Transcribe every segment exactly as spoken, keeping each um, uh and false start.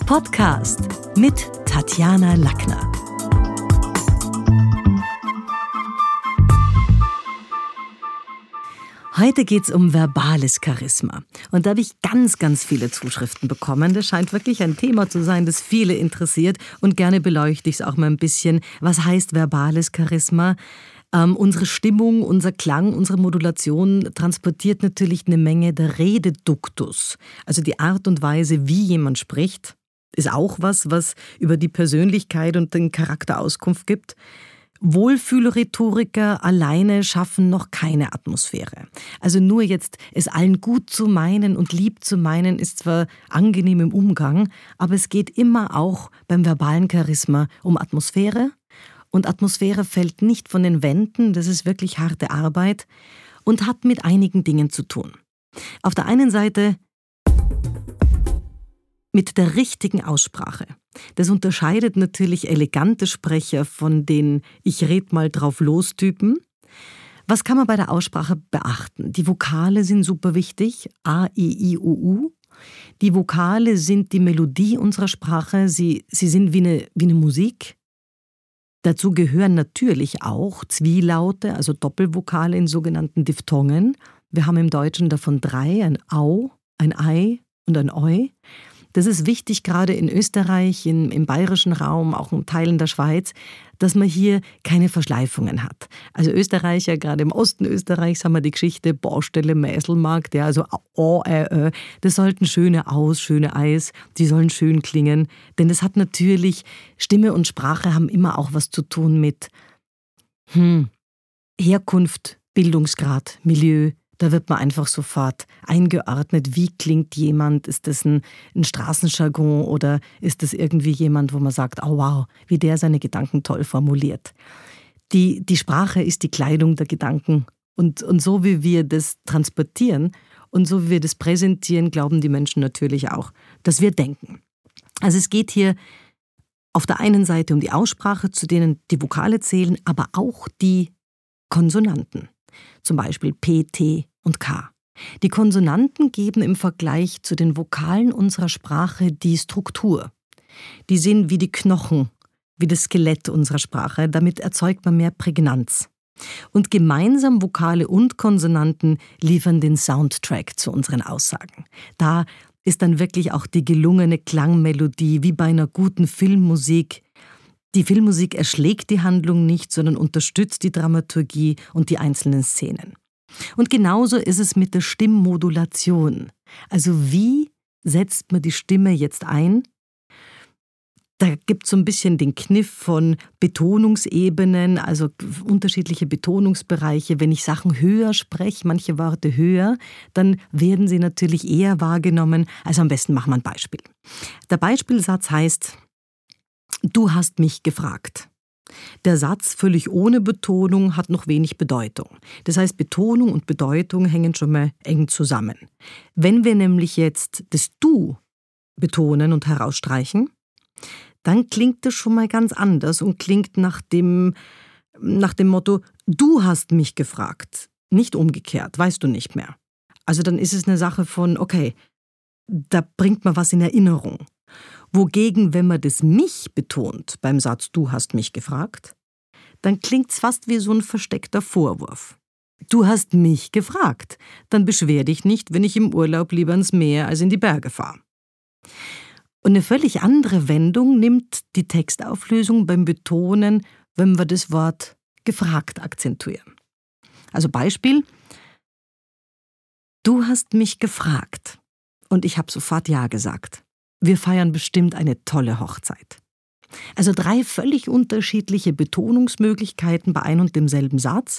Podcast mit Tatjana Lackner. Heute geht's um verbales Charisma. Und da habe ich ganz, ganz viele Zuschriften bekommen. Das scheint wirklich ein Thema zu sein, das viele interessiert. Und gerne beleuchte ich es auch mal ein bisschen. Was heißt verbales Charisma? Ähm, unsere Stimmung, unser Klang, unsere Modulation transportiert natürlich eine Menge der Rededuktus. Also die Art und Weise, wie jemand spricht, ist auch was, was über die Persönlichkeit und den Charakter Auskunft gibt. Wohlfühlrhetoriker alleine schaffen noch keine Atmosphäre. Also nur jetzt es allen gut zu meinen und lieb zu meinen, ist zwar angenehm im Umgang, aber es geht immer auch beim verbalen Charisma um Atmosphäre. Und Atmosphäre fällt nicht von den Wänden, das ist wirklich harte Arbeit und hat mit einigen Dingen zu tun. Auf der einen Seite mit der richtigen Aussprache. Das unterscheidet natürlich elegante Sprecher von den Ich red mal drauf los Typen. Was kann man bei der Aussprache beachten? Die Vokale sind super wichtig, A, I, I, U, U. Die Vokale sind die Melodie unserer Sprache, sie, sie sind wie eine, wie eine Musik. Dazu gehören natürlich auch Zwielaute, also Doppelvokale in sogenannten Diphthongen. Wir haben im Deutschen davon drei, ein Au, ein Ei und ein Oi. Das ist wichtig, gerade in Österreich, in, im bayerischen Raum, auch in Teilen der Schweiz, dass man hier keine Verschleifungen hat. Also Österreicher, gerade im Osten Österreichs haben wir die Geschichte Baustelle Mäselmarkt, ja, also O, Ä, Ö. Das sollten schöne Aus, schöne Eis, die sollen schön klingen. Denn das hat natürlich, Stimme und Sprache haben immer auch was zu tun mit hm, Herkunft, Bildungsgrad, Milieu. Da wird man einfach sofort eingeordnet, wie klingt jemand, ist das ein, ein Straßenjargon oder ist das irgendwie jemand, wo man sagt, oh wow, wie der seine Gedanken toll formuliert. Die, die Sprache ist die Kleidung der Gedanken und, und so wie wir das transportieren und so wie wir das präsentieren, glauben die Menschen natürlich auch, dass wir denken. Also es geht hier auf der einen Seite um die Aussprache, zu denen die Vokale zählen, aber auch die Konsonanten. Zum Beispiel P, T und K. Die Konsonanten geben im Vergleich zu den Vokalen unserer Sprache die Struktur. Die sind wie die Knochen, wie das Skelett unserer Sprache. Damit erzeugt man mehr Prägnanz. Und gemeinsam Vokale und Konsonanten liefern den Soundtrack zu unseren Aussagen. Da ist dann wirklich auch die gelungene Klangmelodie, wie bei einer guten Filmmusik. Die Filmmusik erschlägt die Handlung nicht, sondern unterstützt die Dramaturgie und die einzelnen Szenen. Und genauso ist es mit der Stimmmodulation. Also wie setzt man die Stimme jetzt ein? Da gibt es so ein bisschen den Kniff von Betonungsebenen, also unterschiedliche Betonungsbereiche. Wenn ich Sachen höher spreche, manche Worte höher, dann werden sie natürlich eher wahrgenommen. Also am besten machen wir ein Beispiel. Der Beispielsatz heißt: Du hast mich gefragt. Der Satz völlig ohne Betonung hat noch wenig Bedeutung. Das heißt, Betonung und Bedeutung hängen schon mal eng zusammen. Wenn wir nämlich jetzt das Du betonen und herausstreichen, dann klingt das schon mal ganz anders und klingt nach dem, nach dem Motto, du hast mich gefragt, nicht umgekehrt, weißt du nicht mehr. Also dann ist es eine Sache von, okay, da bringt man was in Erinnerung. Wogegen, wenn man das mich betont beim Satz, du hast mich gefragt, dann klingt es fast wie so ein versteckter Vorwurf. Du hast mich gefragt, dann beschwer dich nicht, wenn ich im Urlaub lieber ins Meer als in die Berge fahre. Und eine völlig andere Wendung nimmt die Textauflösung beim Betonen, wenn wir das Wort gefragt akzentuieren. Also Beispiel: Du hast mich gefragt und ich habe sofort Ja gesagt. Wir feiern bestimmt eine tolle Hochzeit. Also drei völlig unterschiedliche Betonungsmöglichkeiten bei ein und demselben Satz.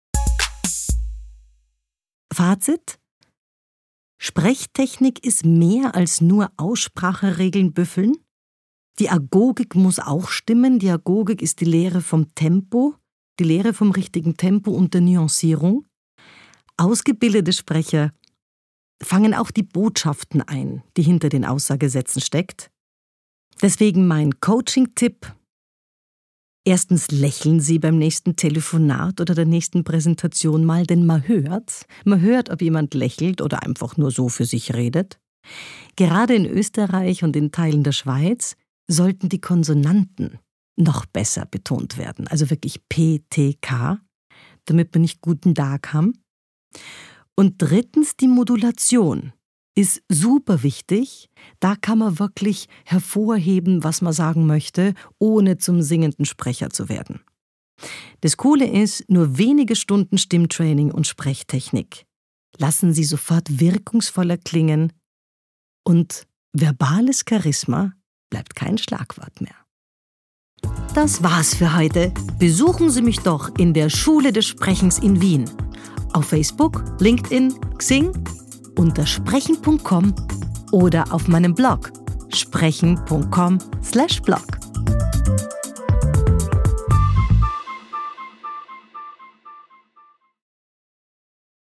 Fazit: Sprechtechnik ist mehr als nur Ausspracheregeln büffeln. Die Agogik muss auch stimmen. Die Agogik ist die Lehre vom Tempo, die Lehre vom richtigen Tempo und der Nuancierung. Ausgebildete Sprecher fangen auch die Botschaften ein, die hinter den Aussagesätzen steckt. Deswegen mein Coaching-Tipp: Erstens lächeln Sie beim nächsten Telefonat oder der nächsten Präsentation mal, denn man hört, man hört, ob jemand lächelt oder einfach nur so für sich redet. Gerade in Österreich und in Teilen der Schweiz sollten die Konsonanten noch besser betont werden, also wirklich P, T, K, damit man nicht guten Tag haben. Und drittens die Modulation ist super wichtig. Da kann man wirklich hervorheben, was man sagen möchte, ohne zum singenden Sprecher zu werden. Das Coole ist, nur wenige Stunden Stimmtraining und Sprechtechnik lassen Sie sofort wirkungsvoller klingen und verbales Charisma bleibt kein Schlagwort mehr. Das war's für heute. Besuchen Sie mich doch in der Schule des Sprechens in Wien. Auf Facebook, LinkedIn, Xing, unter sprechen punkt com oder auf meinem Blog sprechen punkt com slash blog.